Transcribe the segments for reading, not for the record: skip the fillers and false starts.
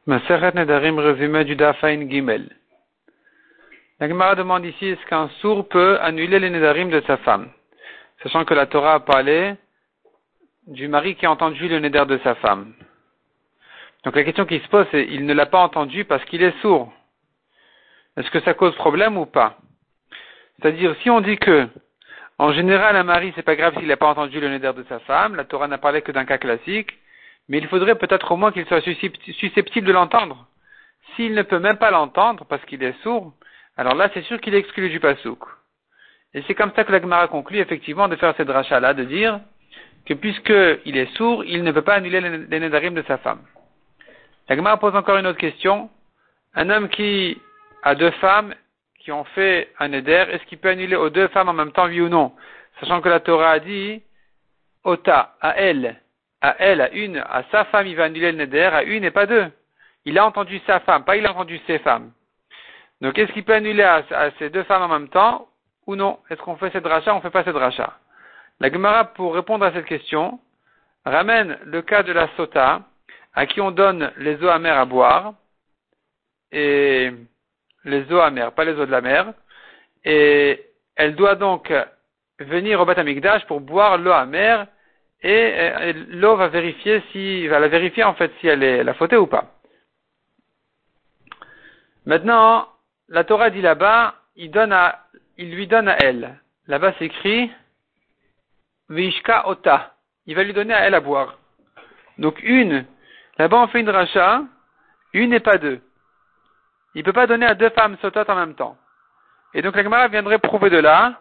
Maseret Nedarim, résumé du Daf Ayin Gimel. La Gemara demande ici, est-ce qu'un sourd peut annuler les Nedarim de sa femme? Sachant que la Torah a parlé du mari qui a entendu le Neder de sa femme. Donc la question qui se pose, c'est, il ne l'a pas entendu parce qu'il est sourd. Est-ce que ça cause problème ou pas? C'est-à-dire, si on dit que, en général, un mari, c'est pas grave s'il n'a pas entendu le Neder de sa femme, la Torah n'a parlé que d'un cas classique, mais il faudrait peut-être au moins qu'il soit susceptible de l'entendre. S'il ne peut même pas l'entendre parce qu'il est sourd, alors là, c'est sûr qu'il est exclu du pasouk. Et c'est comme ça que la Gemara conclut, effectivement, de faire cette dracha-là, de dire que puisqu'il est sourd, il ne peut pas annuler les Nedarim de sa femme. La Gemara pose encore une autre question. Un homme qui a deux femmes qui ont fait un Neder, est-ce qu'il peut annuler aux deux femmes en même temps, oui ou non? Sachant que la Torah a dit, Ota, à elle, à une, à sa femme, il va annuler le Neder, à une et pas deux. Il a entendu sa femme, pas il a entendu ses femmes. Donc, est-ce qu'il peut annuler à ces deux femmes en même temps, ou non? Est-ce qu'on fait cette dracha ou on ne fait pas cette dracha? La Gemara, pour répondre à cette question, ramène le cas de la sota, à qui on donne les eaux amères à boire, et les eaux amères, pas les eaux de la mer, et elle doit donc venir au Beth Amikdash pour boire l'eau amère, et l'eau va la vérifier en fait si elle a fauté ou pas. Maintenant, la Torah dit là-bas, il lui donne à elle. Là-bas c'est écrit Vishka Ota. Il va lui donner à elle à boire. Donc là-bas on fait une dracha, une et pas deux. Il ne peut pas donner à deux femmes sotot en même temps. Et donc la Gemara viendrait prouver de là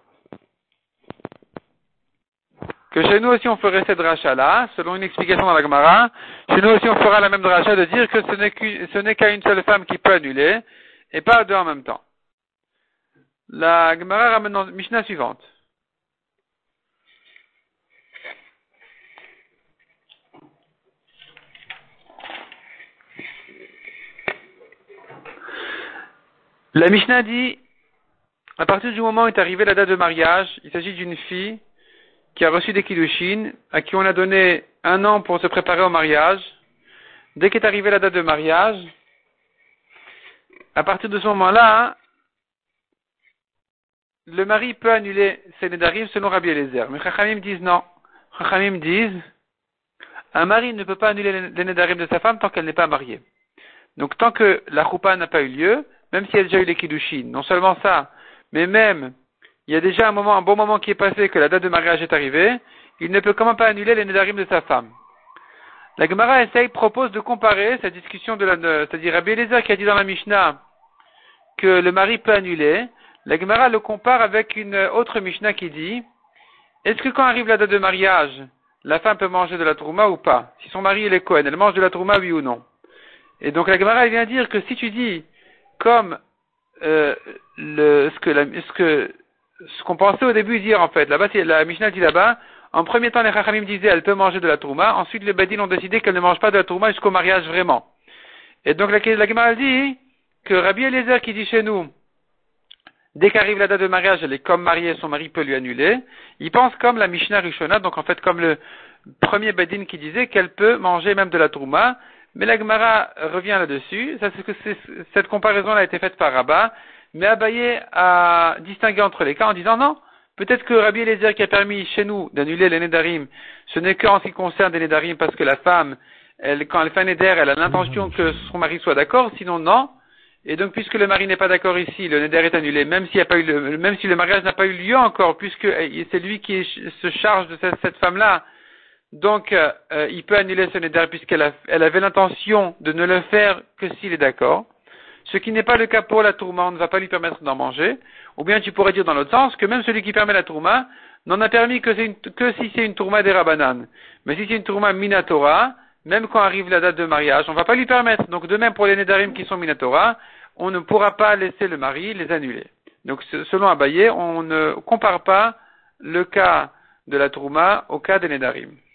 que chez nous aussi on ferait cette dracha-là, selon une explication dans la Gemara. Chez nous aussi on fera la même dracha de dire que ce n'est qu'à une seule femme qui peut annuler, et pas à deux en même temps. La Gemara ramène dans Mishnah suivante. La Mishnah dit, à partir du moment où est arrivée la date de mariage, il s'agit d'une fille qui a reçu des kiddushin, à qui on a donné 1 an pour se préparer au mariage. Dès qu'est arrivée la date de mariage, à partir de ce moment-là, le mari peut annuler ses nedarim selon Rabbi Eliezer. Mais Chachamim disent non. Chachamim disent, un mari ne peut pas annuler les nedarim de sa femme tant qu'elle n'est pas mariée. Donc tant que la choupa n'a pas eu lieu, même s'il y a déjà eu les kiddushin, non seulement ça, mais même, il y a déjà un bon moment qui est passé, que la date de mariage est arrivée, il ne peut quand même pas annuler les nedarim de sa femme. La Gemara propose de comparer cette discussion c'est-à-dire Rabbi Eliezer qui a dit dans la Mishnah que le mari peut annuler. La Gemara le compare avec une autre Mishnah qui dit, est-ce que quand arrive la date de mariage, la femme peut manger de la trouma ou pas? Si son mari est Kohen, elle mange de la trouma, oui ou non? Et donc la Gemara vient dire que si tu dis comme ce qu'on pensait au début dire en fait, là-bas la Mishnah dit là-bas, en premier temps les Chachamim disaient elle peut manger de la trouma, ensuite les Bedin ont décidé qu'elle ne mange pas de la trouma jusqu'au mariage vraiment. Et donc la Gemara dit que Rabbi Eliezer qui dit chez nous, dès qu'arrive la date de mariage, elle est comme mariée, son mari peut lui annuler, il pense comme la Mishnah Rishona, donc en fait comme le premier Bedin qui disait qu'elle peut manger même de la trouma. Mais la Gemara revient là-dessus. Cette comparaison-là a été faite par Rabba, mais Abaye a distingué entre les cas en disant non, peut-être que Rabbi Eliezer qui a permis chez nous d'annuler les Nedarim, ce n'est qu'en ce qui concerne les Nedarim parce que la femme, quand elle fait un Neder, elle a l'intention que son mari soit d'accord, sinon non. Et donc puisque le mari n'est pas d'accord ici, le Neder est annulé, même si le mariage n'a pas eu lieu encore, puisque c'est lui qui se charge de cette femme-là. Donc, il peut annuler ce neder puisqu'elle avait l'intention de ne le faire que s'il est d'accord. Ce qui n'est pas le cas pour la tourma, on ne va pas lui permettre d'en manger. Ou bien tu pourrais dire dans l'autre sens que même celui qui permet la tourma n'en a permis que si c'est une tourma des rabanan. Mais si c'est une tourma minatora, même quand arrive la date de mariage, on ne va pas lui permettre. Donc de même pour les nedarim qui sont minatora, on ne pourra pas laisser le mari les annuler. Donc selon Abaye, on ne compare pas le cas de la tourma au cas des nedarim.